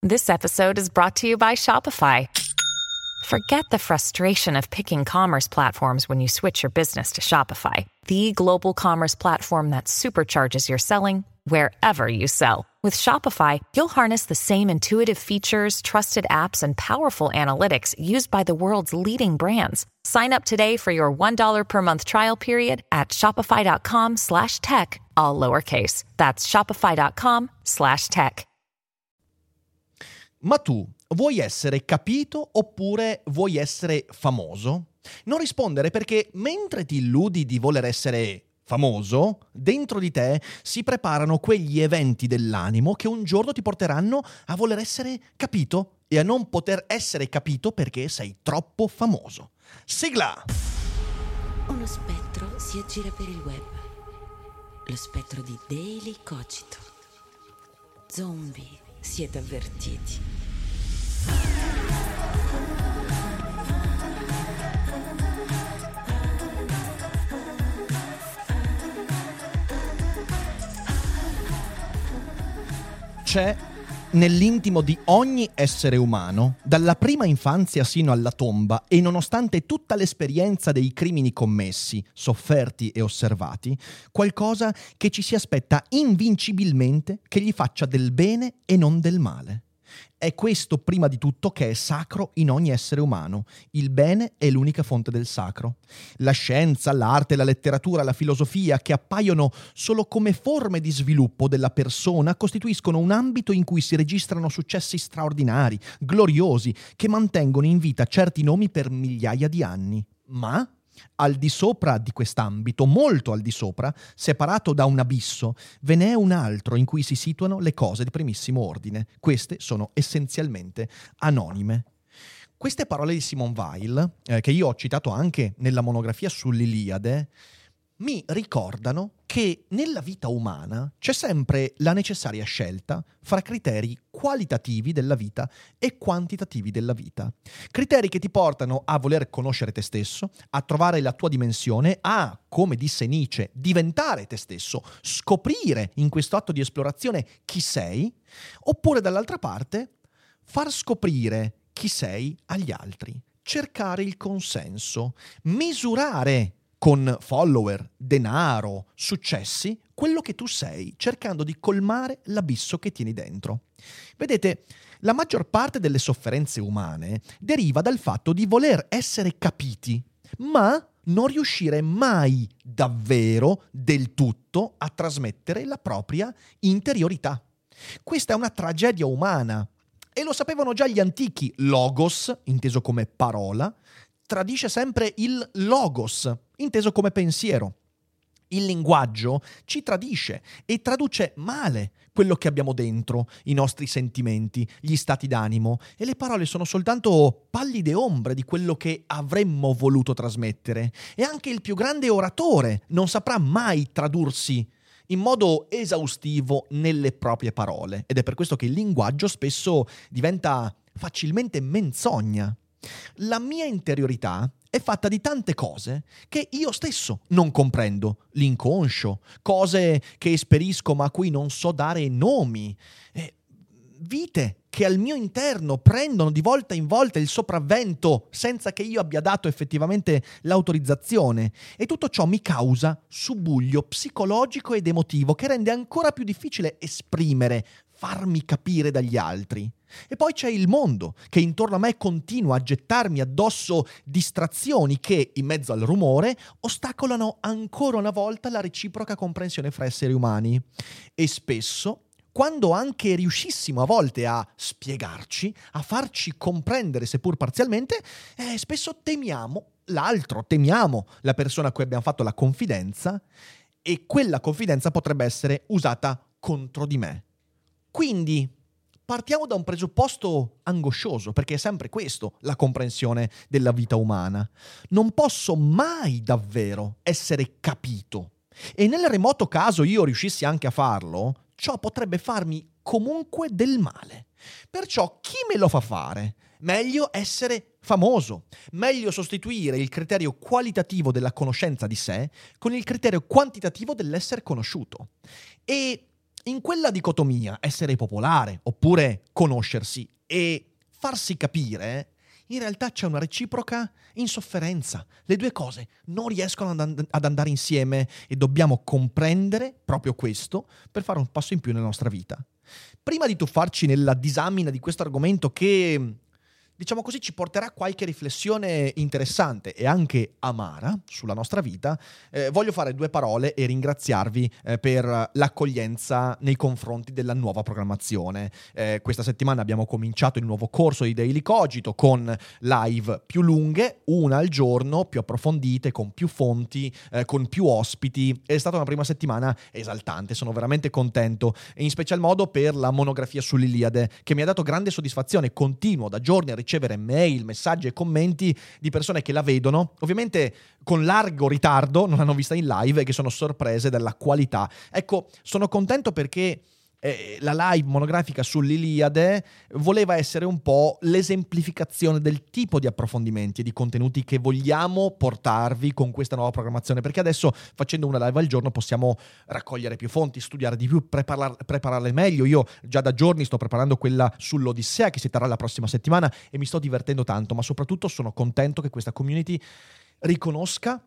This episode is brought to you by Shopify. Forget the frustration of picking commerce platforms when you switch your business to Shopify, the global commerce platform that supercharges your selling wherever you sell. With Shopify, you'll harness the same intuitive features, trusted apps, and powerful analytics used by the world's leading brands. Sign up today for your $1 per month trial period at shopify.com/tech, all lowercase. That's shopify.com/tech. Ma tu vuoi essere capito oppure vuoi essere famoso? Non rispondere, perché mentre ti illudi di voler essere famoso, dentro di te si preparano quegli eventi dell'animo che un giorno ti porteranno a voler essere capito e a non poter essere capito perché sei troppo famoso. Sigla! Uno spettro si aggira per il web. Lo spettro di Daily Cogito. Zombie, siete avvertiti. C'è nell'intimo di ogni essere umano, dalla prima infanzia sino alla tomba, e nonostante tutta l'esperienza dei crimini commessi, sofferti e osservati, qualcosa che ci si aspetta invincibilmente che gli faccia del bene e non del male. È questo, prima di tutto, che è sacro in ogni essere umano. Il bene è l'unica fonte del sacro. La scienza, l'arte, la letteratura, la filosofia, che appaiono solo come forme di sviluppo della persona, costituiscono un ambito in cui si registrano successi straordinari, gloriosi, che mantengono in vita certi nomi per migliaia di anni. Ma al di sopra di quest'ambito, molto al di sopra, separato da un abisso, ve n'è un altro in cui si situano le cose di primissimo ordine. Queste sono essenzialmente anonime. Queste parole di Simone Weil, che io ho citato anche nella monografia sull'Iliade, mi ricordano che nella vita umana c'è sempre la necessaria scelta fra criteri qualitativi della vita e quantitativi della vita. Criteri che ti portano a voler conoscere te stesso, a trovare la tua dimensione, a, come disse Nietzsche, diventare te stesso, scoprire in questo atto di esplorazione chi sei, oppure dall'altra parte far scoprire chi sei agli altri, cercare il consenso, misurare con follower, denaro, successi, quello che tu sei, cercando di colmare l'abisso che tieni dentro. Vedete, la maggior parte delle sofferenze umane deriva dal fatto di voler essere capiti, ma non riuscire mai davvero del tutto a trasmettere la propria interiorità. Questa è una tragedia umana e lo sapevano già gli antichi. Logos, inteso come parola, tradisce sempre il logos, inteso come pensiero. Il linguaggio ci tradisce e traduce male quello che abbiamo dentro, i nostri sentimenti, gli stati d'animo, e le parole sono soltanto pallide ombre di quello che avremmo voluto trasmettere. E anche il più grande oratore non saprà mai tradursi in modo esaustivo nelle proprie parole, ed è per questo che il linguaggio spesso diventa facilmente menzogna. La mia interiorità è fatta di tante cose che io stesso non comprendo, l'inconscio, cose che esperisco ma a cui non so dare nomi, vite che al mio interno prendono di volta in volta il sopravvento senza che io abbia dato effettivamente l'autorizzazione, e tutto ciò mi causa subbuglio psicologico ed emotivo che rende ancora più difficile esprimere, farmi capire dagli altri. E poi c'è il mondo, che intorno a me continua a gettarmi addosso distrazioni che, in mezzo al rumore, ostacolano ancora una volta la reciproca comprensione fra esseri umani. E spesso, quando anche riuscissimo a volte a spiegarci, a farci comprendere seppur parzialmente, spesso temiamo l'altro, temiamo la persona a cui abbiamo fatto la confidenza, e quella confidenza potrebbe essere usata contro di me. Quindi partiamo da un presupposto angoscioso, perché è sempre questo la comprensione della vita umana. Non posso mai davvero essere capito. E nel remoto caso io riuscissi anche a farlo, ciò potrebbe farmi comunque del male. Perciò chi me lo fa fare? Meglio essere famoso, meglio sostituire il criterio qualitativo della conoscenza di sé con il criterio quantitativo dell'essere conosciuto. E in quella dicotomia, essere popolare oppure conoscersi e farsi capire, in realtà c'è una reciproca insofferenza. Le due cose non riescono ad andare insieme e dobbiamo comprendere proprio questo per fare un passo in più nella nostra vita. Prima di tuffarci nella disamina di questo argomento che, diciamo così, ci porterà qualche riflessione interessante e anche amara sulla nostra vita, voglio fare due parole e ringraziarvi per l'accoglienza nei confronti della nuova programmazione. Questa settimana abbiamo cominciato il nuovo corso di Daily Cogito con live più lunghe, una al giorno, più approfondite, con più fonti, con più ospiti. È stata una prima settimana esaltante, sono veramente contento, e in special modo per la monografia sull'Iliade, che mi ha dato grande soddisfazione. Continuo da giorni a ricevere mail, messaggi e commenti di persone che la vedono, ovviamente con largo ritardo, non l'hanno vista in live e che sono sorprese dalla qualità. Ecco, sono contento perché la live monografica sull'Iliade voleva essere un po' l'esemplificazione del tipo di approfondimenti e di contenuti che vogliamo portarvi con questa nuova programmazione, perché adesso, facendo una live al giorno, possiamo raccogliere più fonti, studiare di più, prepararle meglio. Io già da giorni sto preparando quella sull'Odissea che si terrà la prossima settimana e mi sto divertendo tanto, ma soprattutto sono contento che questa community riconosca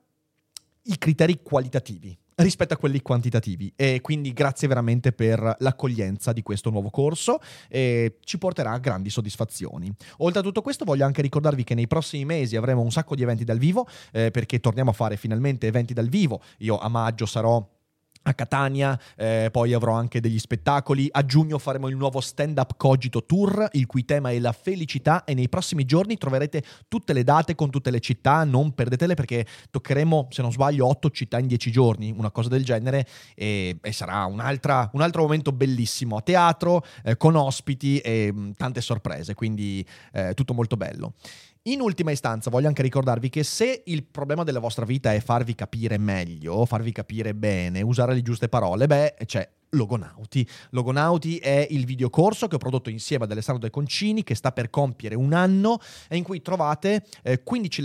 i criteri qualitativi rispetto a quelli quantitativi, e quindi grazie veramente per l'accoglienza di questo nuovo corso, e ci porterà a grandi soddisfazioni. Oltre a tutto questo voglio anche ricordarvi che nei prossimi mesi avremo un sacco di eventi dal vivo, perché torniamo a fare finalmente eventi dal vivo. Io a maggio sarò a Catania, poi avrò anche degli spettacoli. A giugno faremo il nuovo stand-up Cogito Tour, il cui tema è la felicità, e nei prossimi giorni troverete tutte le date con tutte le città, non perdetele, perché toccheremo, se non sbaglio, 8 città in 10 giorni, una cosa del genere, e sarà un altro momento bellissimo a teatro, con ospiti e tante sorprese, quindi tutto molto bello. In ultima istanza voglio anche ricordarvi che se il problema della vostra vita è farvi capire meglio, farvi capire bene, usare le giuste parole, c'è Logonauti. Logonauti è il videocorso che ho prodotto insieme ad Alessandro De Concini, che sta per compiere un anno, e in cui trovate 15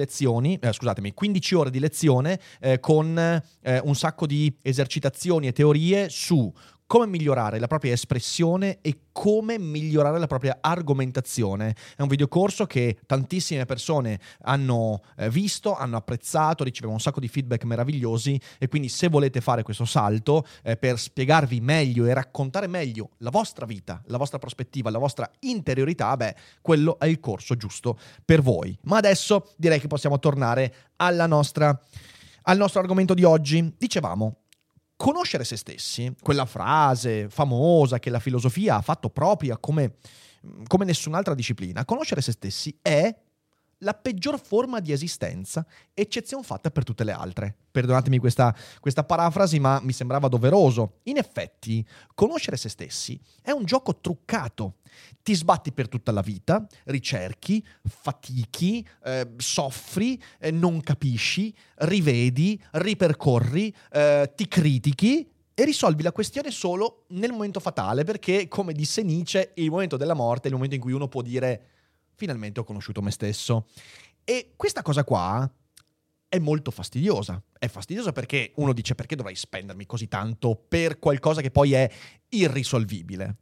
ore di lezione con un sacco di esercitazioni e teorie su come migliorare la propria espressione e come migliorare la propria argomentazione. È un videocorso che tantissime persone hanno visto, hanno apprezzato, ricevono un sacco di feedback meravigliosi, e quindi se volete fare questo salto per spiegarvi meglio e raccontare meglio la vostra vita, la vostra prospettiva, la vostra interiorità, quello è il corso giusto per voi. Ma adesso direi che possiamo tornare al nostro argomento di oggi. Dicevamo, conoscere se stessi, quella frase famosa che la filosofia ha fatto propria come nessun'altra disciplina. Conoscere se stessi è la peggior forma di esistenza, eccezion fatta per tutte le altre. Perdonatemi questa parafrasi, ma mi sembrava doveroso. In effetti, conoscere se stessi è un gioco truccato. Ti sbatti per tutta la vita, ricerchi, fatichi, soffri, non capisci, rivedi, ripercorri, ti critichi e risolvi la questione solo nel momento fatale, perché, come disse Nietzsche, il momento della morte è il momento in cui uno può dire: finalmente ho conosciuto me stesso. E questa cosa qua è molto fastidiosa. È fastidiosa perché uno dice: perché dovrei spendermi così tanto per qualcosa che poi è irrisolvibile?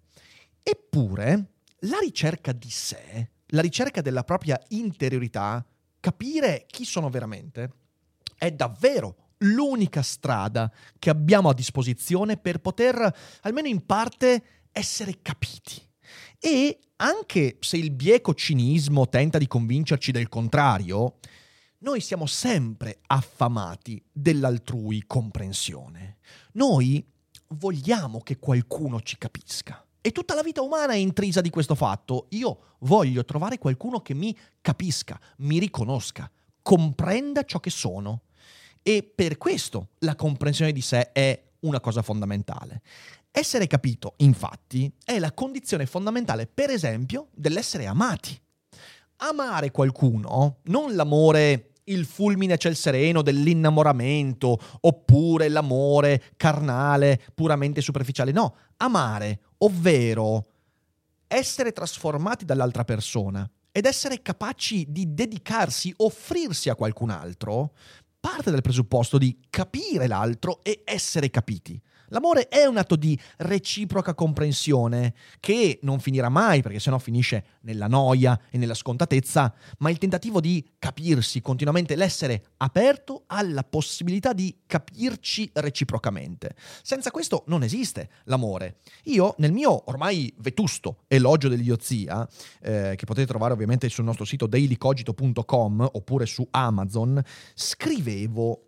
Eppure la ricerca di sé, la ricerca della propria interiorità, capire chi sono veramente, è davvero l'unica strada che abbiamo a disposizione per poter, almeno in parte, essere capiti. E anche se il bieco cinismo tenta di convincerci del contrario, noi siamo sempre affamati dell'altrui comprensione. Noi vogliamo che qualcuno ci capisca. E tutta la vita umana è intrisa di questo fatto. Io voglio trovare qualcuno che mi capisca, mi riconosca, comprenda ciò che sono. E per questo la comprensione di sé è una cosa fondamentale. Essere capito, infatti, è la condizione fondamentale, per esempio, dell'essere amati. Amare qualcuno, non l'amore, il fulmine a ciel sereno dell'innamoramento, oppure l'amore carnale, puramente superficiale. No, amare, ovvero essere trasformati dall'altra persona ed essere capaci di dedicarsi, offrirsi a qualcun altro, parte dal presupposto di capire l'altro e essere capiti. L'amore è un atto di reciproca comprensione che non finirà mai, perché sennò finisce nella noia e nella scontatezza, ma il tentativo di capirsi continuamente, l'essere aperto alla possibilità di capirci reciprocamente. Senza questo non esiste l'amore. Io, nel mio ormai vetusto elogio dell'idiozia, che potete trovare ovviamente sul nostro sito dailycogito.com oppure su Amazon, scrivevo: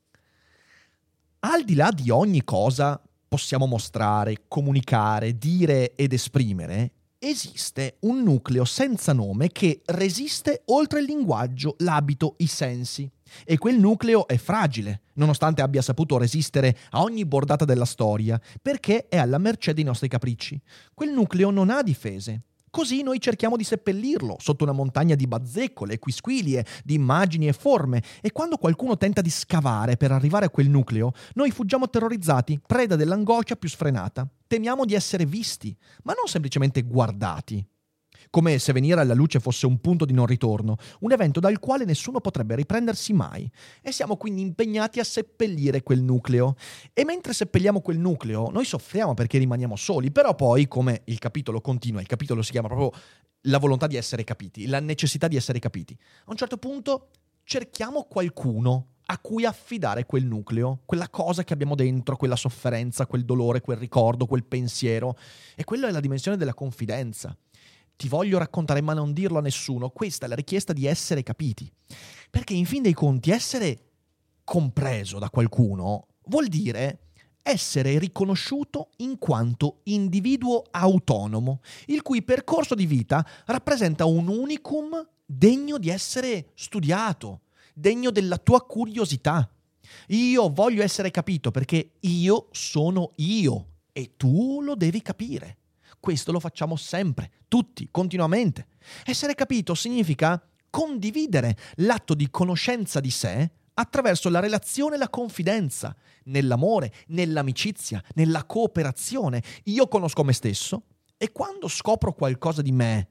al di là di ogni cosa possiamo mostrare, comunicare, dire ed esprimere, esiste un nucleo senza nome che resiste oltre il linguaggio, l'abito, i sensi. E quel nucleo è fragile, nonostante abbia saputo resistere a ogni bordata della storia, perché è alla mercé dei nostri capricci. Quel nucleo non ha difese. Così noi cerchiamo di seppellirlo sotto una montagna di bazzecole, quisquilie, di immagini e forme, e quando qualcuno tenta di scavare per arrivare a quel nucleo, noi fuggiamo terrorizzati, preda dell'angoscia più sfrenata. Temiamo di essere visti, ma non semplicemente guardati. Come se venire alla luce fosse un punto di non ritorno, un evento dal quale nessuno potrebbe riprendersi mai. E siamo quindi impegnati a seppellire quel nucleo. E mentre seppelliamo quel nucleo, noi soffriamo perché rimaniamo soli, però poi, come il capitolo continua, il capitolo si chiama proprio la volontà di essere capiti, la necessità di essere capiti. A un certo punto cerchiamo qualcuno a cui affidare quel nucleo, quella cosa che abbiamo dentro, quella sofferenza, quel dolore, quel ricordo, quel pensiero. E quella è la dimensione della confidenza. Ti voglio raccontare, ma non dirlo a nessuno. Questa è la richiesta di essere capiti. Perché in fin dei conti essere compreso da qualcuno vuol dire essere riconosciuto in quanto individuo autonomo, il cui percorso di vita rappresenta un unicum degno di essere studiato, degno della tua curiosità. Io voglio essere capito perché io sono io e tu lo devi capire. Questo lo facciamo sempre, tutti, continuamente. Essere capito significa condividere l'atto di conoscenza di sé attraverso la relazione e la confidenza, nell'amore, nell'amicizia, nella cooperazione. Io conosco me stesso e quando scopro qualcosa di me,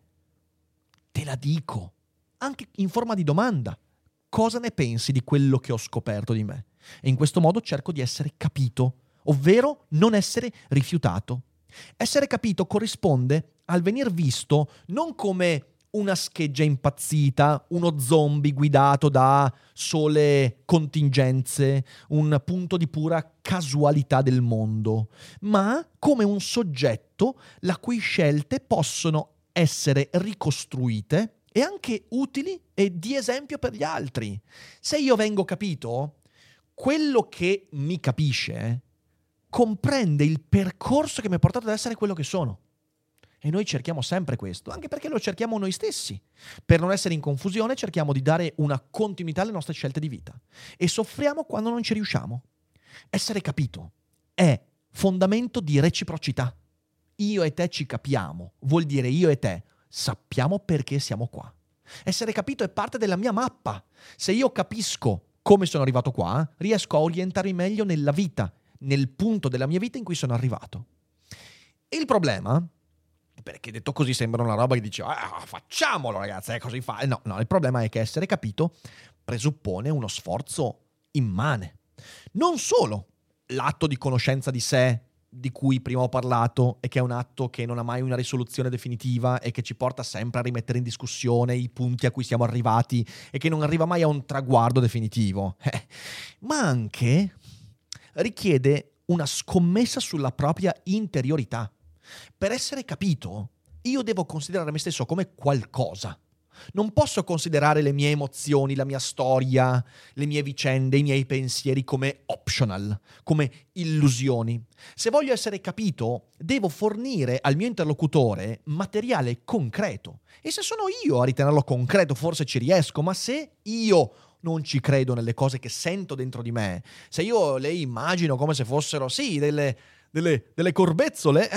te la dico, anche in forma di domanda. Cosa ne pensi di quello che ho scoperto di me? E in questo modo cerco di essere capito, ovvero non essere rifiutato. Essere capito corrisponde al venir visto non come una scheggia impazzita, uno zombie guidato da sole contingenze, un punto di pura casualità del mondo, ma come un soggetto la cui scelte possono essere ricostruite e anche utili e di esempio per gli altri. Se io vengo capito, quello che mi capisce comprende il percorso che mi ha portato ad essere quello che sono. E noi cerchiamo sempre questo, anche perché lo cerchiamo noi stessi. Per non essere in confusione cerchiamo di dare una continuità alle nostre scelte di vita. E soffriamo quando non ci riusciamo. Essere capito è fondamento di reciprocità. Io e te ci capiamo, vuol dire io e te sappiamo perché siamo qua. Essere capito è parte della mia mappa. Se io capisco come sono arrivato qua, riesco a orientarmi meglio nella vita, nel punto della mia vita in cui sono arrivato. E il problema, perché detto così sembra una roba che dice facciamolo ragazzi, è così fa. No, il problema è che essere capito presuppone uno sforzo immane. Non solo l'atto di conoscenza di sé, di cui prima ho parlato, e che è un atto che non ha mai una risoluzione definitiva e che ci porta sempre a rimettere in discussione i punti a cui siamo arrivati e che non arriva mai a un traguardo definitivo, ma anche richiede una scommessa sulla propria interiorità. Per essere capito, io devo considerare me stesso come qualcosa. Non posso considerare le mie emozioni, la mia storia, le mie vicende, i miei pensieri come optional, come illusioni. Se voglio essere capito, devo fornire al mio interlocutore materiale concreto. E se sono io a ritenerlo concreto, forse ci riesco, ma se io non ci credo nelle cose che sento dentro di me, se io le immagino come se fossero, sì, delle corbezzole,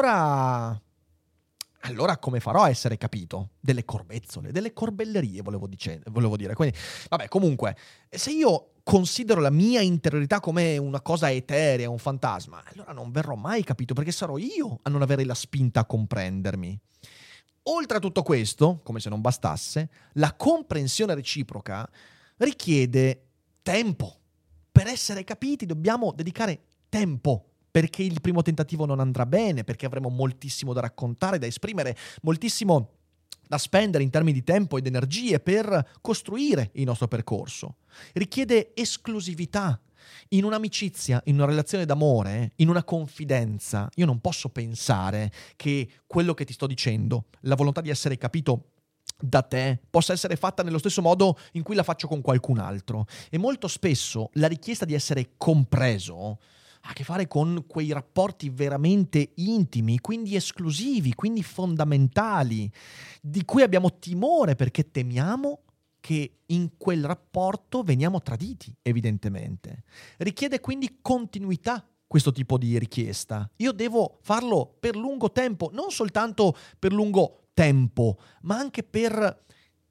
allora come farò a essere capito? Delle corbezzole, delle corbellerie, volevo dire. Quindi, vabbè, comunque, se io considero la mia interiorità come una cosa eterea, un fantasma, allora non verrò mai capito, perché sarò io a non avere la spinta a comprendermi. Oltre a tutto questo, come se non bastasse, la comprensione reciproca richiede tempo. Per essere capiti dobbiamo dedicare tempo. perché il primo tentativo non andrà bene, perché avremo moltissimo da raccontare, da esprimere, moltissimo da spendere in termini di tempo ed energie per costruire il nostro percorso. Richiede esclusività. In un'amicizia, in una relazione d'amore, in una confidenza, io non posso pensare che quello che ti sto dicendo, la volontà di essere capito da te, possa essere fatta nello stesso modo in cui la faccio con qualcun altro. E molto spesso la richiesta di essere compreso ha a che fare con quei rapporti veramente intimi, quindi esclusivi, quindi fondamentali, di cui abbiamo timore perché temiamo che in quel rapporto veniamo traditi, evidentemente. Richiede quindi continuità questo tipo di richiesta. Io devo farlo per lungo tempo, non soltanto per lungo tempo, ma anche per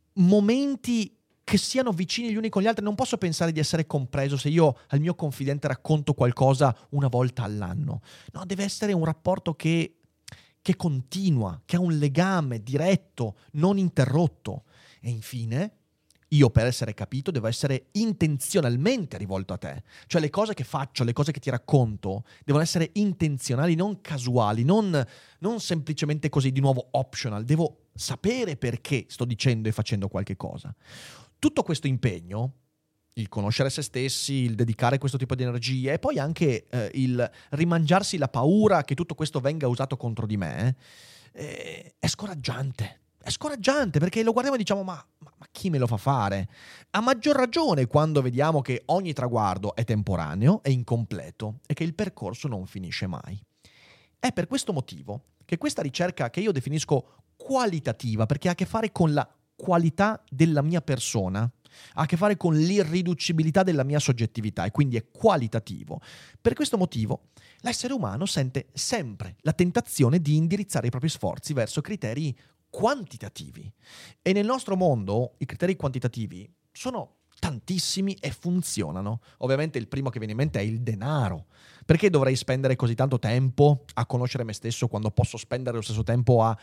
momenti che siano vicini gli uni con gli altri. Non posso pensare di essere compreso se io al mio confidente racconto qualcosa una volta all'anno. No, deve essere un rapporto che continua, che ha un legame diretto, non interrotto. E infine, io per essere capito devo essere intenzionalmente rivolto a te. Cioè le cose che faccio, le cose che ti racconto devono essere intenzionali, non casuali, non semplicemente così, di nuovo optional. Devo sapere perché sto dicendo e facendo qualche cosa. Tutto questo impegno, il conoscere se stessi, il dedicare questo tipo di energie e poi anche il rimangiarsi la paura che tutto questo venga usato contro di me, è scoraggiante. È scoraggiante perché lo guardiamo e diciamo ma chi me lo fa fare? A maggior ragione quando vediamo che ogni traguardo è temporaneo, è incompleto e che il percorso non finisce mai. È per questo motivo che questa ricerca, che io definisco qualitativa, perché ha a che fare con la qualità della mia persona, ha a che fare con l'irriducibilità della mia soggettività e quindi è qualitativo. Per questo motivo l'essere umano sente sempre la tentazione di indirizzare i propri sforzi verso criteri quantitativi. E nel nostro mondo i criteri quantitativi sono tantissimi e funzionano. Ovviamente il primo che viene in mente è il denaro. Perché dovrei spendere così tanto tempo a conoscere me stesso quando posso spendere lo stesso tempo a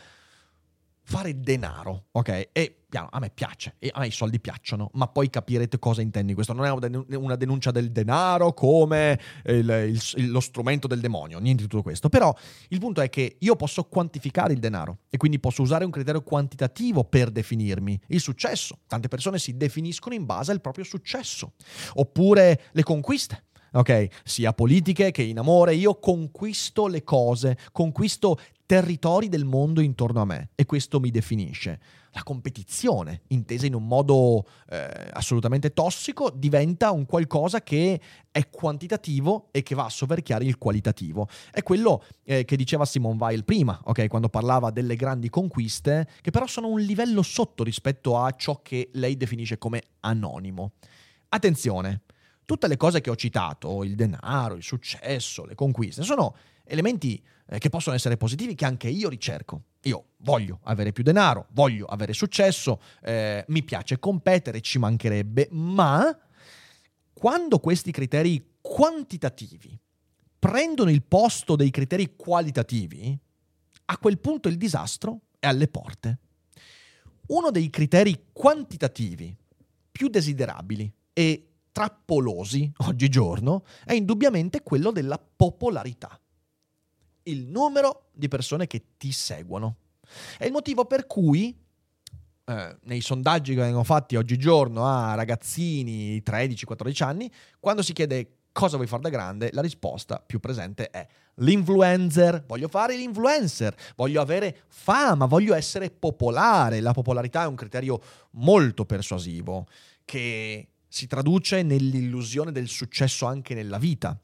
fare denaro, ok? E piano, a me piace, e a me i soldi piacciono, ma poi capirete cosa intendi questo. Non è una denuncia del denaro come lo strumento del demonio, niente di tutto questo. Però il punto è che io posso quantificare il denaro e quindi posso usare un criterio quantitativo per definirmi. Il successo. Tante persone si definiscono in base al proprio successo. Oppure le conquiste. Ok, sia politiche che in amore, io conquisto le cose, conquisto territori del mondo intorno a me e questo mi definisce. La competizione, intesa in un modo assolutamente tossico, diventa un qualcosa che è quantitativo e che va a soverchiare il qualitativo. È quello che diceva Simone Weil prima, ok, quando parlava delle grandi conquiste, che però sono un livello sotto rispetto a ciò che lei definisce come anonimo. Attenzione! Tutte le cose che ho citato, il denaro, il successo, le conquiste, sono elementi che possono essere positivi che anche io ricerco. Io voglio avere più denaro, voglio avere successo, mi piace competere, ci mancherebbe, ma quando questi criteri quantitativi prendono il posto dei criteri qualitativi, a quel punto il disastro è alle porte. Uno dei criteri quantitativi più desiderabili e trappolosi oggigiorno è indubbiamente quello della popolarità. Il numero di persone che ti seguono. È il motivo per cui nei sondaggi che vengono fatti oggigiorno a ragazzini 13-14 anni, quando si chiede cosa vuoi fare da grande, la risposta più presente è l'influencer. Voglio fare l'influencer, voglio avere fama, voglio essere popolare. La popolarità è un criterio molto persuasivo che si traduce nell'illusione del successo anche nella vita.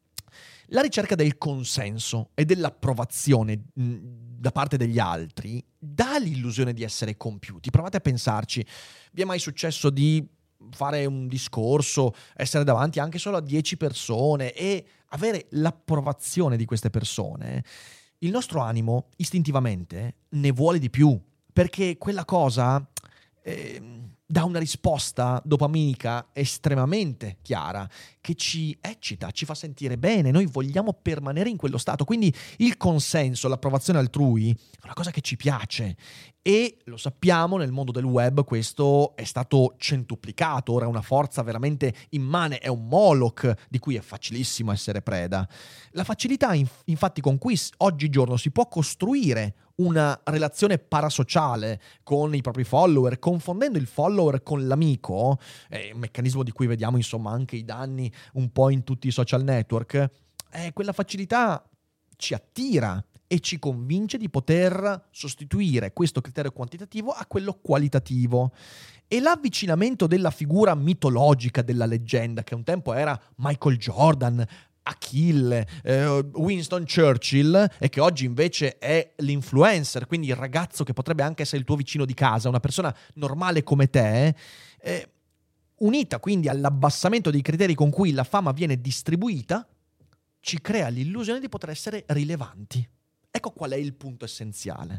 La ricerca del consenso e dell'approvazione da parte degli altri dà l'illusione di essere compiuti. Provate a pensarci. Vi è mai successo di fare un discorso, essere davanti anche solo a 10 persone e avere l'approvazione di queste persone? Il nostro animo istintivamente ne vuole di più, perché quella cosa dà una risposta dopaminica estremamente chiara, che ci eccita, ci fa sentire bene, noi vogliamo permanere in quello stato. Quindi il consenso, l'approvazione altrui è una cosa che ci piace e lo sappiamo, nel mondo del web questo è stato centuplicato, ora è una forza veramente immane, è un Moloch di cui è facilissimo essere preda. La facilità infatti con cui oggigiorno si può costruire una relazione parasociale con i propri follower, confondendo il follower con l'amico, è un meccanismo di cui vediamo insomma anche i danni un po' in tutti i social network, quella facilità ci attira e ci convince di poter sostituire questo criterio quantitativo a quello qualitativo. E l'avvicinamento della figura mitologica della leggenda, che un tempo era Michael Jordan, Achille, Winston Churchill, e che oggi invece è l'influencer, quindi il ragazzo che potrebbe anche essere il tuo vicino di casa, una persona normale come te, unita quindi all'abbassamento dei criteri con cui la fama viene distribuita, ci crea l'illusione di poter essere rilevanti. Ecco qual è il punto essenziale.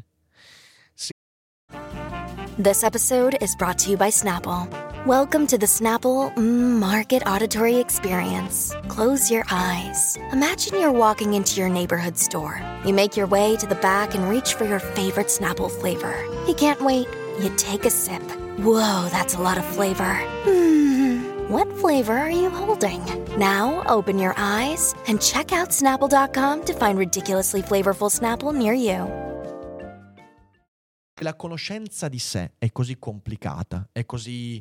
This episode is brought to you by Snapple. Welcome to the Snapple Market Auditory Experience. Close your eyes. Imagine you're walking into your neighborhood store. You make your way to the back and reach for your favorite Snapple flavor. You can't wait. You take a sip. Whoa, that's a lot of flavor. What flavor are you holding? Now open your eyes and check out Snapple.com to find ridiculously flavorful Snapple near you. La conoscenza di sé è così complicata, è così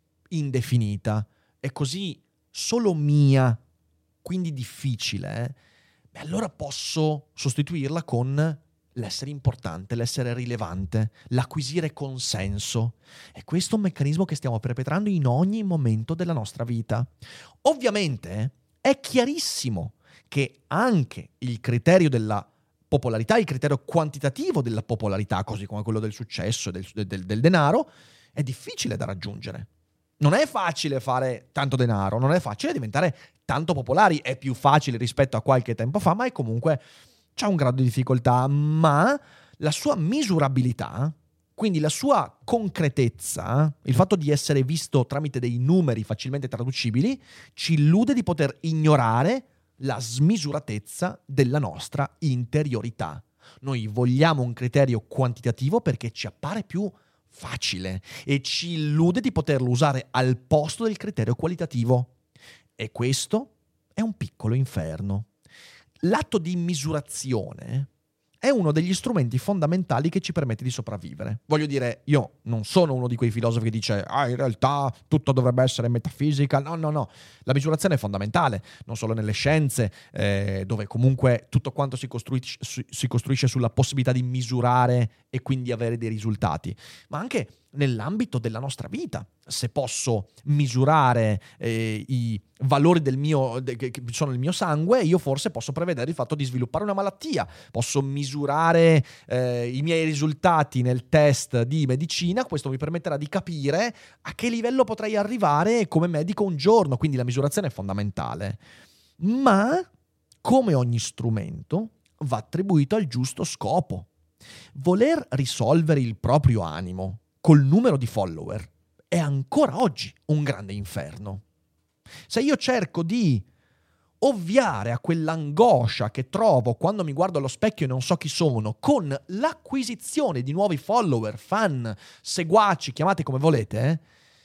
indefinita, è così solo mia, quindi difficile, beh, allora posso sostituirla con l'essere importante, l'essere rilevante, l'acquisire consenso. E questo è un meccanismo che stiamo perpetrando in ogni momento della nostra vita. Ovviamente è chiarissimo che anche il criterio della popolarità, il criterio quantitativo della popolarità, così come quello del successo e del denaro, è difficile da raggiungere. Non è facile fare tanto denaro, non è facile diventare tanto popolari, è più facile rispetto a qualche tempo fa, ma è comunque c'è un grado di difficoltà, ma la sua misurabilità, quindi la sua concretezza, il fatto di essere visto tramite dei numeri facilmente traducibili, ci illude di poter ignorare la smisuratezza della nostra interiorità. Noi vogliamo un criterio quantitativo perché ci appare più facile e ci illude di poterlo usare al posto del criterio qualitativo. E questo è un piccolo inferno. L'atto di misurazione è uno degli strumenti fondamentali che ci permette di sopravvivere. Voglio dire, io non sono uno di quei filosofi che dice in realtà tutto dovrebbe essere metafisica. No. La misurazione è fondamentale, non solo nelle scienze, dove comunque tutto quanto si costruisce sulla possibilità di misurare e quindi avere dei risultati, ma anche nell'ambito della nostra vita. Se posso misurare i valori che sono il mio sangue, io forse posso prevedere il fatto di sviluppare una malattia, posso misurare i miei risultati nel test di medicina, questo mi permetterà di capire a che livello potrei arrivare come medico un giorno, quindi la misurazione è fondamentale. Ma, come ogni strumento, va attribuito al giusto scopo. Voler risolvere il proprio animo col numero di follower è ancora oggi un grande inferno. Se io cerco di ovviare a quell'angoscia che trovo quando mi guardo allo specchio e non so chi sono, con l'acquisizione di nuovi follower, fan, seguaci, chiamate come volete,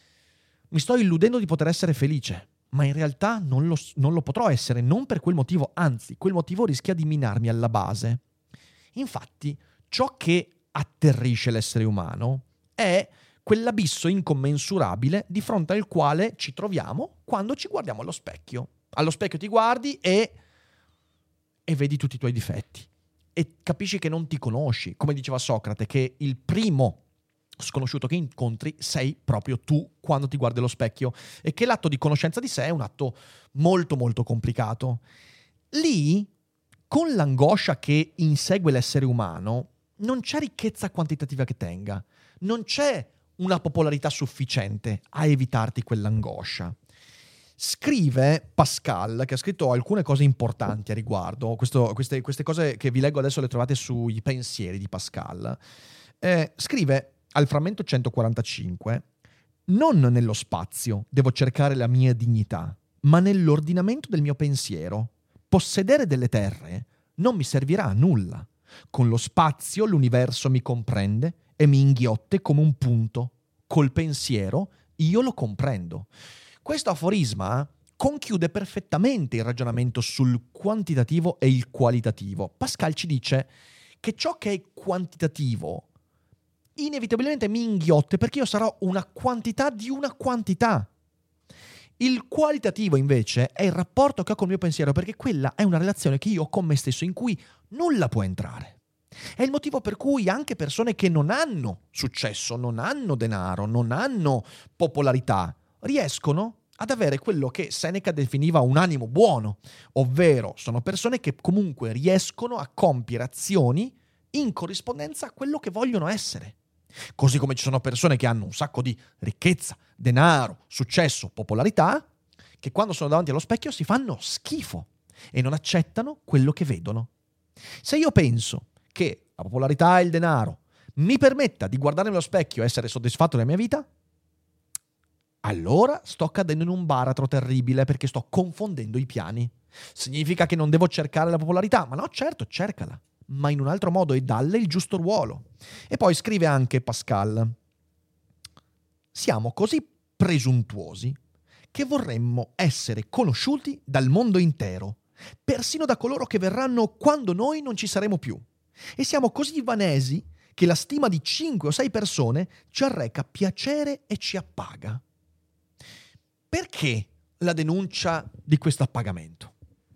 mi sto illudendo di poter essere felice, ma in realtà non lo potrò essere, non per quel motivo, anzi, quel motivo rischia di minarmi alla base. Infatti, ciò che atterrisce l'essere umano è quell'abisso incommensurabile di fronte al quale ci troviamo quando ci guardiamo allo specchio. Allo specchio ti guardi e vedi tutti i tuoi difetti e capisci che non ti conosci. Come diceva Socrate, che il primo sconosciuto che incontri sei proprio tu quando ti guardi allo specchio, e che l'atto di conoscenza di sé è un atto molto molto complicato. Lì, con l'angoscia che insegue l'essere umano, non c'è ricchezza quantitativa che tenga, non c'è una popolarità sufficiente a evitarti quell'angoscia. Scrive Pascal, che ha scritto alcune cose importanti a riguardo, queste cose che vi leggo adesso le trovate sui pensieri di Pascal. Scrive al frammento 145: Non nello spazio devo cercare la mia dignità, ma nell'ordinamento del mio pensiero. Possedere delle terre non mi servirà a nulla. Con lo spazio l'universo mi comprende e mi inghiotte come un punto. Col pensiero io lo comprendo. Questo aforisma conchiude perfettamente il ragionamento sul quantitativo e il qualitativo. Pascal ci dice che ciò che è quantitativo inevitabilmente mi inghiotte perché io sarò una quantità di una quantità. Il qualitativo invece è il rapporto che ho col mio pensiero, perché quella è una relazione che io ho con me stesso in cui nulla può entrare. È il motivo per cui anche persone che non hanno successo, non hanno denaro, non hanno popolarità, riescono ad avere quello che Seneca definiva un animo buono, ovvero sono persone che comunque riescono a compiere azioni in corrispondenza a quello che vogliono essere. Così come ci sono persone che hanno un sacco di ricchezza, denaro, successo, popolarità, che quando sono davanti allo specchio si fanno schifo e non accettano quello che vedono. Se io penso che la popolarità e il denaro mi permetta di guardarmi allo specchio e essere soddisfatto della mia vita, allora sto cadendo in un baratro terribile perché sto confondendo i piani. Significa che non devo cercare la popolarità? Ma no, certo, cercala, ma in un altro modo e dalle il giusto ruolo. E poi scrive anche Pascal: siamo così presuntuosi che vorremmo essere conosciuti dal mondo intero, persino da coloro che verranno quando noi non ci saremo più. E siamo così vanesi che la stima di 5 o 6 persone ci arreca piacere e ci appaga. Perché la denuncia di questo appagamento?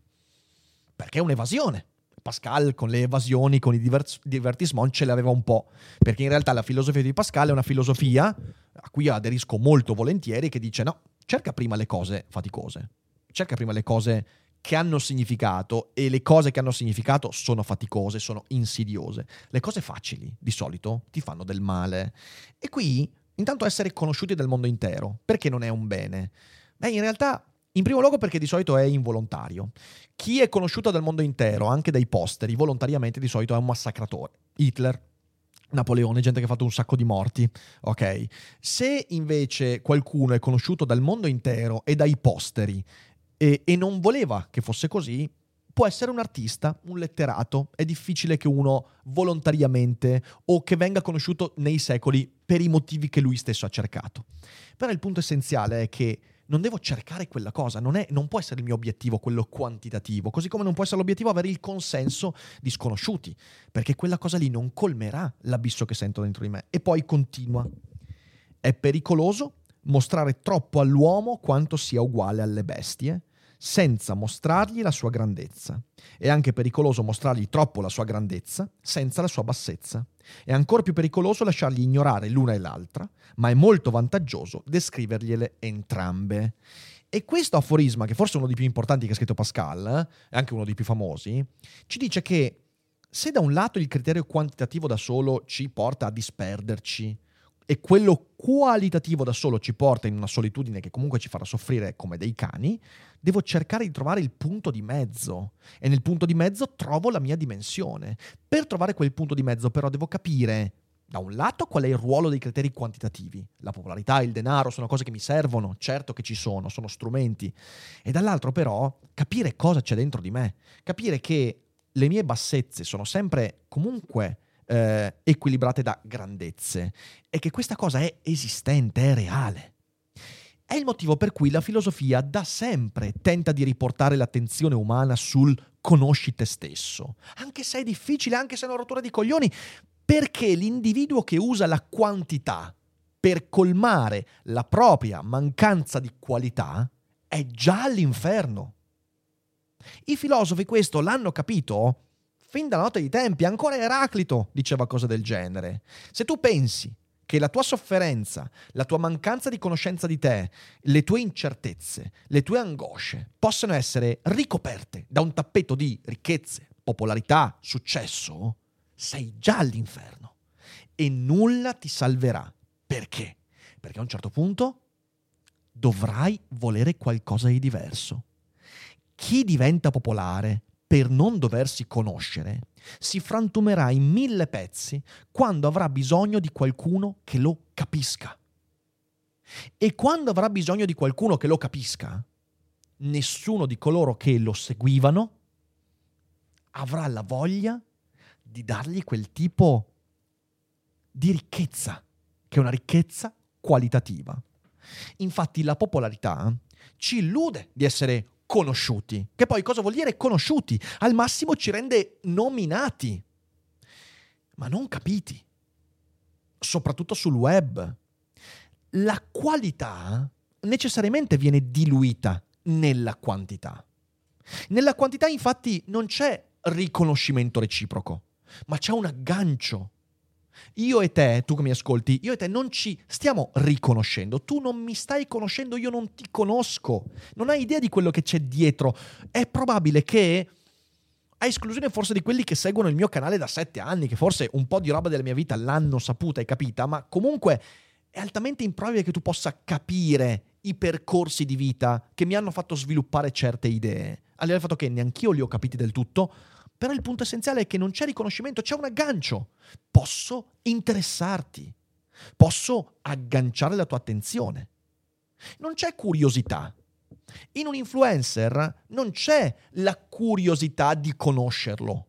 Perché è un'evasione. Pascal con le evasioni, con i divertissement ce l'aveva un po', perché in realtà la filosofia di Pascal è una filosofia a cui aderisco molto volentieri, che dice no, cerca prima le cose faticose, cerca prima le cose che hanno significato, e le cose che hanno significato sono faticose, sono insidiose. Le cose facili di solito ti fanno del male. E qui intanto essere conosciuti dal mondo intero, perché non è un bene? Beh, in realtà in primo luogo perché di solito è involontario. Chi è conosciuto dal mondo intero, anche dai posteri, volontariamente di solito è un massacratore. Hitler, Napoleone, gente che ha fatto un sacco di morti, ok? Se invece qualcuno è conosciuto dal mondo intero e dai posteri e non voleva che fosse così, può essere un artista, un letterato. È difficile che uno volontariamente o che venga conosciuto nei secoli per i motivi che lui stesso ha cercato. Però il punto essenziale è che non devo cercare quella cosa, non può essere il mio obiettivo quello quantitativo, così come non può essere l'obiettivo avere il consenso di sconosciuti, perché quella cosa lì non colmerà l'abisso che sento dentro di me. E poi continua: è pericoloso mostrare troppo all'uomo quanto sia uguale alle bestie, senza mostrargli la sua grandezza. È anche pericoloso mostrargli troppo la sua grandezza, senza la sua bassezza. È ancora più pericoloso lasciargli ignorare l'una e l'altra, ma è molto vantaggioso descrivergliele entrambe. E questo aforisma, che forse è uno dei più importanti che ha scritto Pascal, è anche uno dei più famosi, ci dice che se da un lato il criterio quantitativo da solo ci porta a disperderci e quello qualitativo da solo ci porta in una solitudine che comunque ci farà soffrire come dei cani, devo cercare di trovare il punto di mezzo, e nel punto di mezzo trovo la mia dimensione. Per trovare quel punto di mezzo però devo capire da un lato qual è il ruolo dei criteri quantitativi. La popolarità, il denaro sono cose che mi servono, certo che ci sono strumenti, e dall'altro però capire cosa c'è dentro di me, capire che le mie bassezze sono sempre comunque equilibrate da grandezze, e che questa cosa è esistente, è reale. È il motivo per cui la filosofia da sempre tenta di riportare l'attenzione umana sul conosci te stesso, anche se è difficile, anche se è una rottura di coglioni, perché l'individuo che usa la quantità per colmare la propria mancanza di qualità è già all'inferno. I filosofi questo l'hanno capito fin dalla notte dei tempi. Ancora Eraclito diceva cose del genere. Se tu pensi che la tua sofferenza, la tua mancanza di conoscenza di te, le tue incertezze, le tue angosce possano essere ricoperte da un tappeto di ricchezze, popolarità, successo, sei già all'inferno e nulla ti salverà. Perché? Perché a un certo punto dovrai volere qualcosa di diverso. Chi diventa popolare per non doversi conoscere si frantumerà in 1000 pezzi quando avrà bisogno di qualcuno che lo capisca. E quando avrà bisogno di qualcuno che lo capisca, nessuno di coloro che lo seguivano avrà la voglia di dargli quel tipo di ricchezza, che è una ricchezza qualitativa. Infatti la popolarità ci illude di essere conosciuti, che poi cosa vuol dire conosciuti? Al massimo ci rende nominati, ma non capiti, soprattutto sul web. La qualità necessariamente viene diluita nella quantità. Nella quantità infatti non c'è riconoscimento reciproco, ma c'è un aggancio. Io e te, tu che mi ascolti, io e te non ci stiamo riconoscendo. Tu non mi stai conoscendo, io non ti conosco. Non hai idea di quello che c'è dietro. È probabile che, a esclusione forse di quelli che seguono il mio canale da 7 anni, che forse un po' di roba della mia vita l'hanno saputa e capita, ma comunque è altamente improbabile che tu possa capire i percorsi di vita che mi hanno fatto sviluppare certe idee. Al di là del fatto che neanch'io li ho capiti del tutto, però il punto essenziale è che non c'è riconoscimento, c'è un aggancio. Posso interessarti, posso agganciare la tua attenzione. Non c'è curiosità. In un influencer non c'è la curiosità di conoscerlo,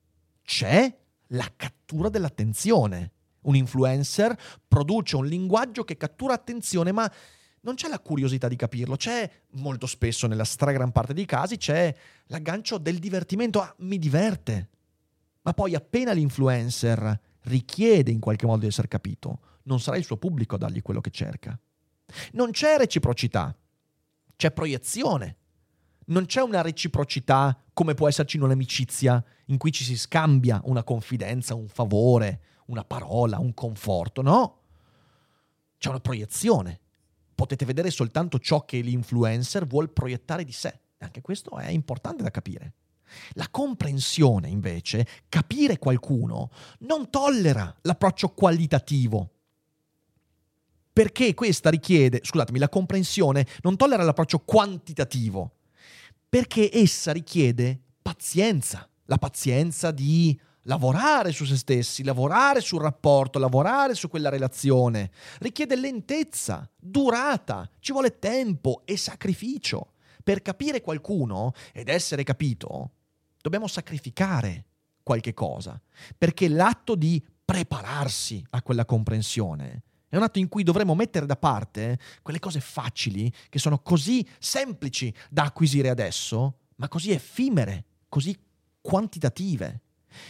c'è la cattura dell'attenzione. Un influencer produce un linguaggio che cattura attenzione, ma non c'è la curiosità di capirlo, c'è molto spesso, nella stragrande parte dei casi, c'è l'aggancio del divertimento. Ah, mi diverte. Ma poi appena l'influencer richiede in qualche modo di essere capito, non sarà il suo pubblico a dargli quello che cerca. Non c'è reciprocità, c'è proiezione. Non c'è una reciprocità come può esserci in un'amicizia in cui ci si scambia una confidenza, un favore, una parola, un conforto. No, c'è una proiezione. Potete vedere soltanto ciò che l'influencer vuol proiettare di sé. Anche questo è importante da capire. La comprensione, invece, capire qualcuno, non tollera l'approccio qualitativo. Perché questa richiede, la comprensione non tollera l'approccio quantitativo. Perché essa richiede pazienza. La pazienza di lavorare su se stessi, lavorare sul rapporto, lavorare su quella relazione. Richiede lentezza, durata, ci vuole tempo e sacrificio. Per capire qualcuno ed essere capito, dobbiamo sacrificare qualche cosa, perché l'atto di prepararsi a quella comprensione è un atto in cui dovremo mettere da parte quelle cose facili, che sono così semplici da acquisire adesso, ma così effimere, così quantitative.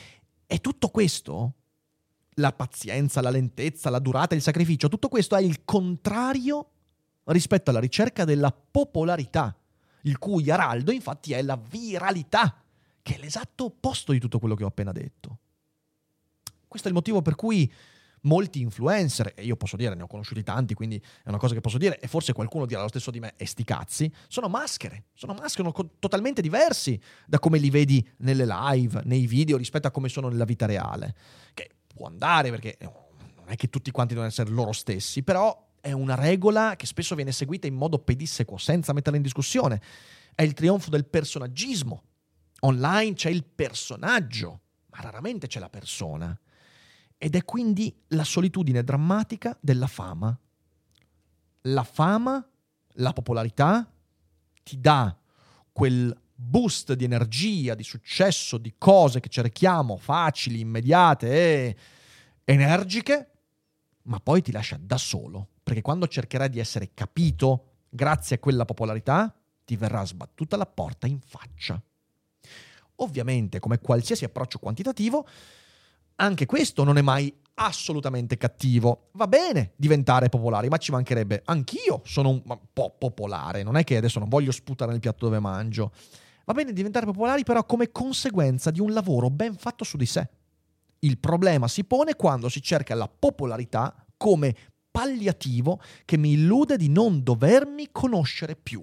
E tutto questo, la pazienza, la lentezza, la durata, il sacrificio, tutto questo è il contrario rispetto alla ricerca della popolarità, il cui araldo infatti è la viralità, che è l'esatto opposto di tutto quello che ho appena detto. Questo è il motivo per cui molti influencer, e io posso dire, ne ho conosciuti tanti, quindi è una cosa che posso dire, e forse qualcuno dirà lo stesso di me, e sti cazzi, sono maschere, totalmente diversi da come li vedi nelle live, nei video, rispetto a come sono nella vita reale. Che può andare, perché non è che tutti quanti devono essere loro stessi, però è una regola che spesso viene seguita in modo pedissequo, senza metterla in discussione. È il trionfo del personaggismo. Online c'è il personaggio, ma raramente c'è la persona. Ed è quindi la solitudine drammatica della fama. La fama, la popolarità, ti dà quel boost di energia, di successo, di cose che cerchiamo, facili, immediate e energiche, ma poi ti lascia da solo, perché quando cercherai di essere capito grazie a quella popolarità, ti verrà sbattuta la porta in faccia. Ovviamente, come qualsiasi approccio quantitativo, anche questo non è mai assolutamente cattivo. Va bene diventare popolari, ma ci mancherebbe. Anch'io sono un po' popolare, non è che adesso non voglio sputare nel piatto dove mangio. Va bene diventare popolari, però come conseguenza di un lavoro ben fatto su di sé. Il problema si pone quando si cerca la popolarità come palliativo che mi illude di non dovermi conoscere più.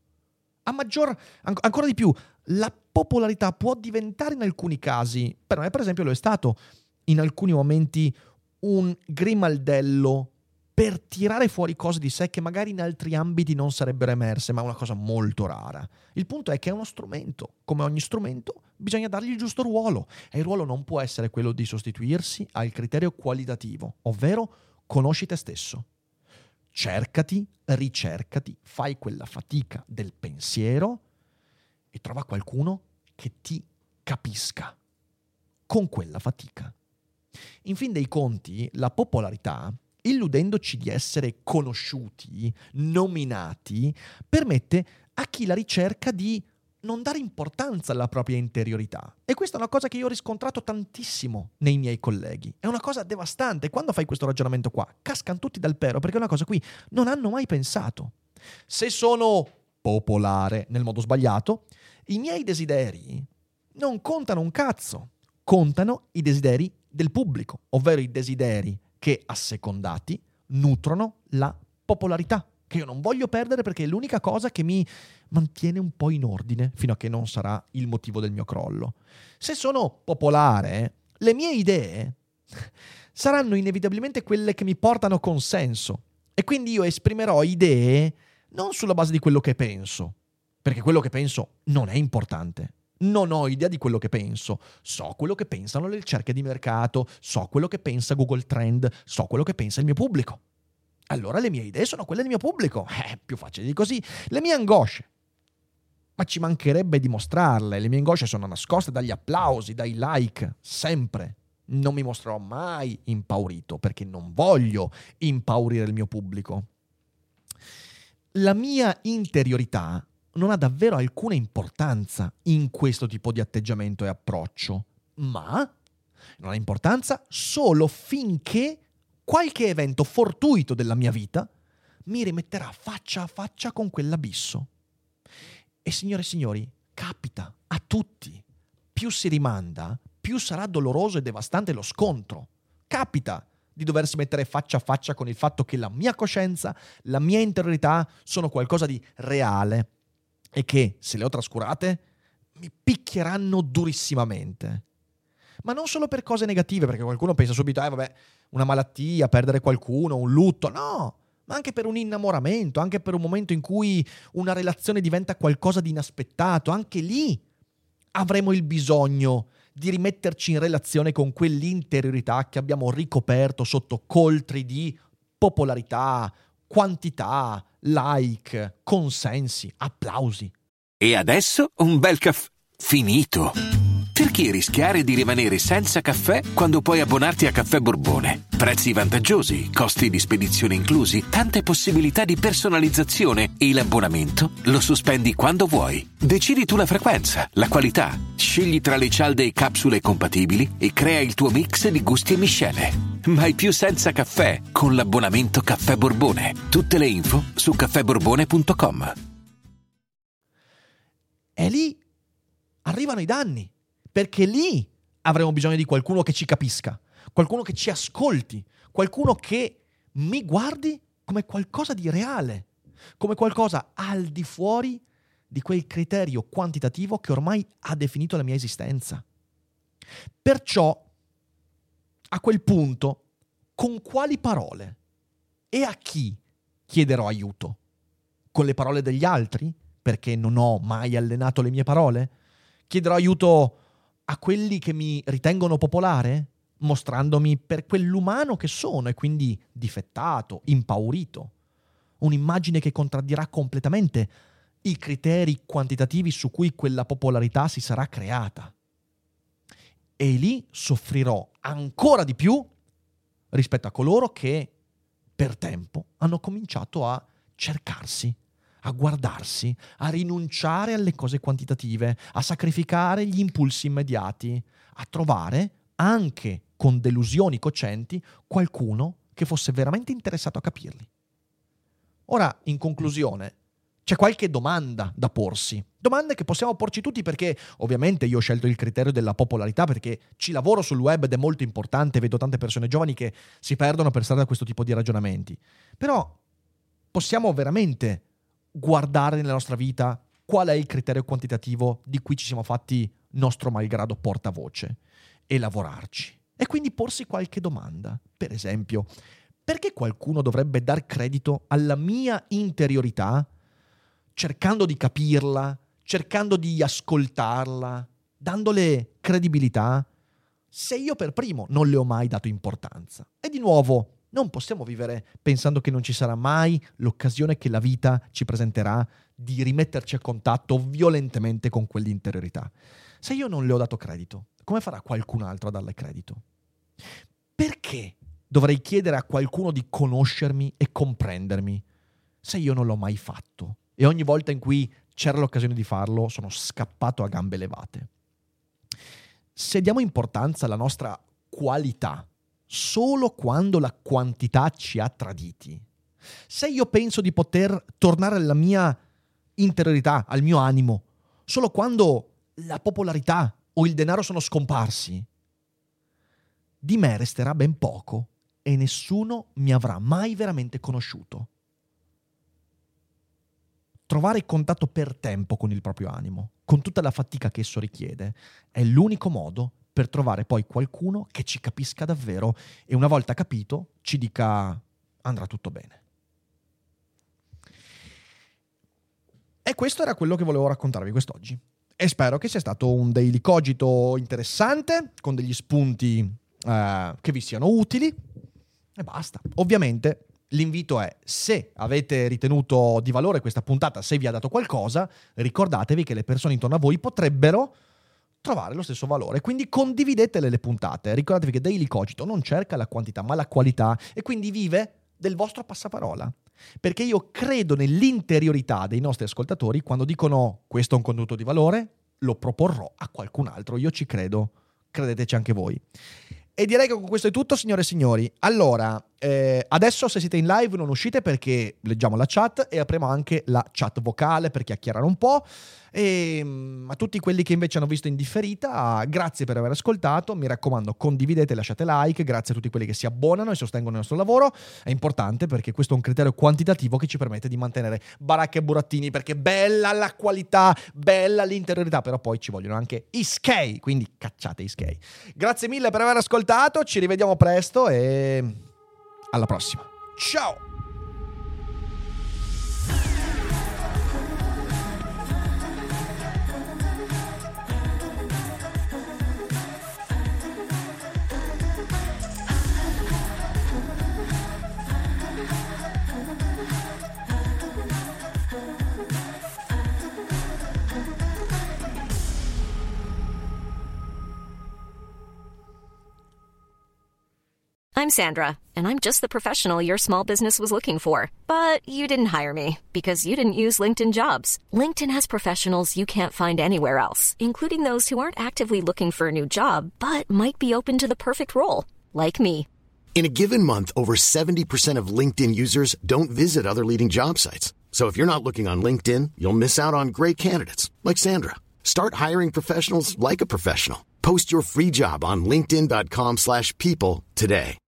Ancora di più, la popolarità può diventare in alcuni casi, per me per esempio lo è stato, in alcuni momenti un grimaldello per tirare fuori cose di sé che magari in altri ambiti non sarebbero emerse, ma è una cosa molto rara. Il punto è che è uno strumento. Come ogni strumento bisogna dargli il giusto ruolo, e il ruolo non può essere quello di sostituirsi al criterio qualitativo, ovvero conosci te stesso. cercati, ricercati, fai quella fatica del pensiero e trova qualcuno che ti capisca con quella fatica. In fin dei conti, la popolarità, illudendoci di essere conosciuti, nominati, permette a chi la ricerca di non dare importanza alla propria interiorità. E questa è una cosa che io ho riscontrato tantissimo nei miei colleghi. È una cosa devastante. Quando fai questo ragionamento qua, cascano tutti dal pero, perché è una cosa a cui non hanno mai pensato. Se sono popolare nel modo sbagliato, i miei desideri non contano un cazzo. Contano i desideri del pubblico, ovvero i desideri che, assecondati, nutrono la popolarità, che io non voglio perdere perché è l'unica cosa che mi mantiene un po' in ordine fino a che non sarà il motivo del mio crollo. Se sono popolare, le mie idee saranno inevitabilmente quelle che mi portano consenso e quindi io esprimerò idee non sulla base di quello che penso, perché quello che penso non è importante. Non ho idea di quello che penso, so quello che pensano le ricerche di mercato, so quello che pensa Google Trend, so quello che pensa il mio pubblico. Allora le mie idee sono quelle del mio pubblico, più facile di così. Le mie angosce, ma ci mancherebbe dimostrarle, le mie angosce sono nascoste dagli applausi, dai like, sempre. Non mi mostrerò mai impaurito, perché non voglio impaurire il mio pubblico. La mia interiorità non ha davvero alcuna importanza in questo tipo di atteggiamento e approccio, ma non ha importanza solo finché qualche evento fortuito della mia vita mi rimetterà faccia a faccia con quell'abisso. E signore e signori, capita a tutti. Più si rimanda, più sarà doloroso e devastante lo scontro. Capita di doversi mettere faccia a faccia con il fatto che la mia coscienza, la mia interiorità sono qualcosa di reale e che, se le ho trascurate, mi picchieranno durissimamente. Ma non solo per cose negative, perché qualcuno pensa subito, una malattia, perdere qualcuno, un lutto. No, ma anche per un innamoramento, anche per un momento in cui una relazione diventa qualcosa di inaspettato. Anche lì avremo il bisogno di rimetterci in relazione con quell'interiorità che abbiamo ricoperto sotto coltri di popolarità, quantità, like, consensi, applausi. E adesso un bel caffè finito. Perché rischiare di rimanere senza caffè quando puoi abbonarti a Caffè Borbone? Prezzi vantaggiosi, costi di spedizione inclusi, tante possibilità di personalizzazione e l'abbonamento lo sospendi quando vuoi. Decidi tu la frequenza, la qualità, scegli tra le cialde e capsule compatibili e crea il tuo mix di gusti e miscele. Mai più senza caffè con l'abbonamento Caffè Borbone. Tutte le info su caffèborbone.com. E lì arrivano i danni, perché lì avremo bisogno di qualcuno che ci capisca, qualcuno che ci ascolti, qualcuno che mi guardi come qualcosa di reale, come qualcosa al di fuori di quel criterio quantitativo che ormai ha definito la mia esistenza. Perciò, a quel punto, con quali parole e a chi chiederò aiuto? Con le parole degli altri? Perché non ho mai allenato le mie parole? Chiederò aiuto a quelli che mi ritengono popolare, mostrandomi per quell'umano che sono e quindi difettato, impaurito. Un'immagine che contraddirà completamente i criteri quantitativi su cui quella popolarità si sarà creata. E lì soffrirò ancora di più rispetto a coloro che per tempo hanno cominciato a cercarsi, a guardarsi, a rinunciare alle cose quantitative, a sacrificare gli impulsi immediati, a trovare, anche con delusioni cocenti, qualcuno che fosse veramente interessato a capirli. Ora, in conclusione, c'è qualche domanda da porsi. Domande che possiamo porci tutti perché, ovviamente, io ho scelto il criterio della popolarità perché ci lavoro sul web ed è molto importante, vedo tante persone giovani che si perdono per stare da questo tipo di ragionamenti. Però possiamo veramente guardare nella nostra vita qual è il criterio quantitativo di cui ci siamo fatti nostro malgrado portavoce e lavorarci. E quindi porsi qualche domanda. Per esempio, perché qualcuno dovrebbe dar credito alla mia interiorità cercando di capirla, cercando di ascoltarla, dandole credibilità, se io per primo non le ho mai dato importanza? E di nuovo, Non possiamo vivere pensando che non ci sarà mai l'occasione che la vita ci presenterà di rimetterci a contatto violentemente con quell'interiorità. Se io non le ho dato credito, come farà qualcun altro a darle credito? Perché dovrei chiedere a qualcuno di conoscermi e comprendermi se io non l'ho mai fatto? E ogni volta in cui c'era l'occasione di farlo sono scappato a gambe levate. Se diamo importanza alla nostra qualità solo quando la quantità ci ha traditi, se io penso di poter tornare alla mia interiorità, al mio animo, solo quando la popolarità o il denaro sono scomparsi, di me resterà ben poco e nessuno mi avrà mai veramente conosciuto. Trovare contatto per tempo con il proprio animo, con tutta la fatica che esso richiede, è l'unico modo per trovare poi qualcuno che ci capisca davvero e una volta capito ci dica andrà tutto bene. E questo era quello che volevo raccontarvi quest'oggi. E spero che sia stato un Daily Cogito interessante, con degli spunti che vi siano utili. E basta. Ovviamente l'invito è, se avete ritenuto di valore questa puntata, se vi ha dato qualcosa, ricordatevi che le persone intorno a voi potrebbero trovare lo stesso valore, quindi condividetele le puntate. Ricordatevi che Daily Cogito non cerca la quantità ma la qualità e quindi vive del vostro passaparola, perché io credo nell'interiorità dei nostri ascoltatori. Quando dicono questo è un contenuto di valore, lo proporrò a qualcun altro. Io ci credo, credeteci anche voi. E direi che con questo è tutto, signore e signori. Allora, adesso se siete in live non uscite perché leggiamo la chat e apriamo anche la chat vocale per chiacchierare un po'. E a tutti quelli che invece hanno visto in differita, grazie per aver ascoltato. Mi raccomando, condividete, lasciate like. Grazie a tutti quelli che si abbonano e sostengono il nostro lavoro. È importante perché questo è un criterio quantitativo che ci permette di mantenere baracche e burattini, perché bella la qualità, bella l'interiorità, però poi ci vogliono anche i skei, quindi cacciate i skei. Grazie mille per aver ascoltato, ci rivediamo presto e alla prossima. Ciao! I'm Sandra, and I'm just the professional your small business was looking for. But you didn't hire me because you didn't use LinkedIn Jobs. LinkedIn has professionals you can't find anywhere else, including those who aren't actively looking for a new job, but might be open to the perfect role, like me. In a given month, over 70% of LinkedIn users don't visit other leading job sites. So if you're not looking on LinkedIn, you'll miss out on great candidates like Sandra. Start hiring professionals like a professional. Post your free job on linkedin.com/people today.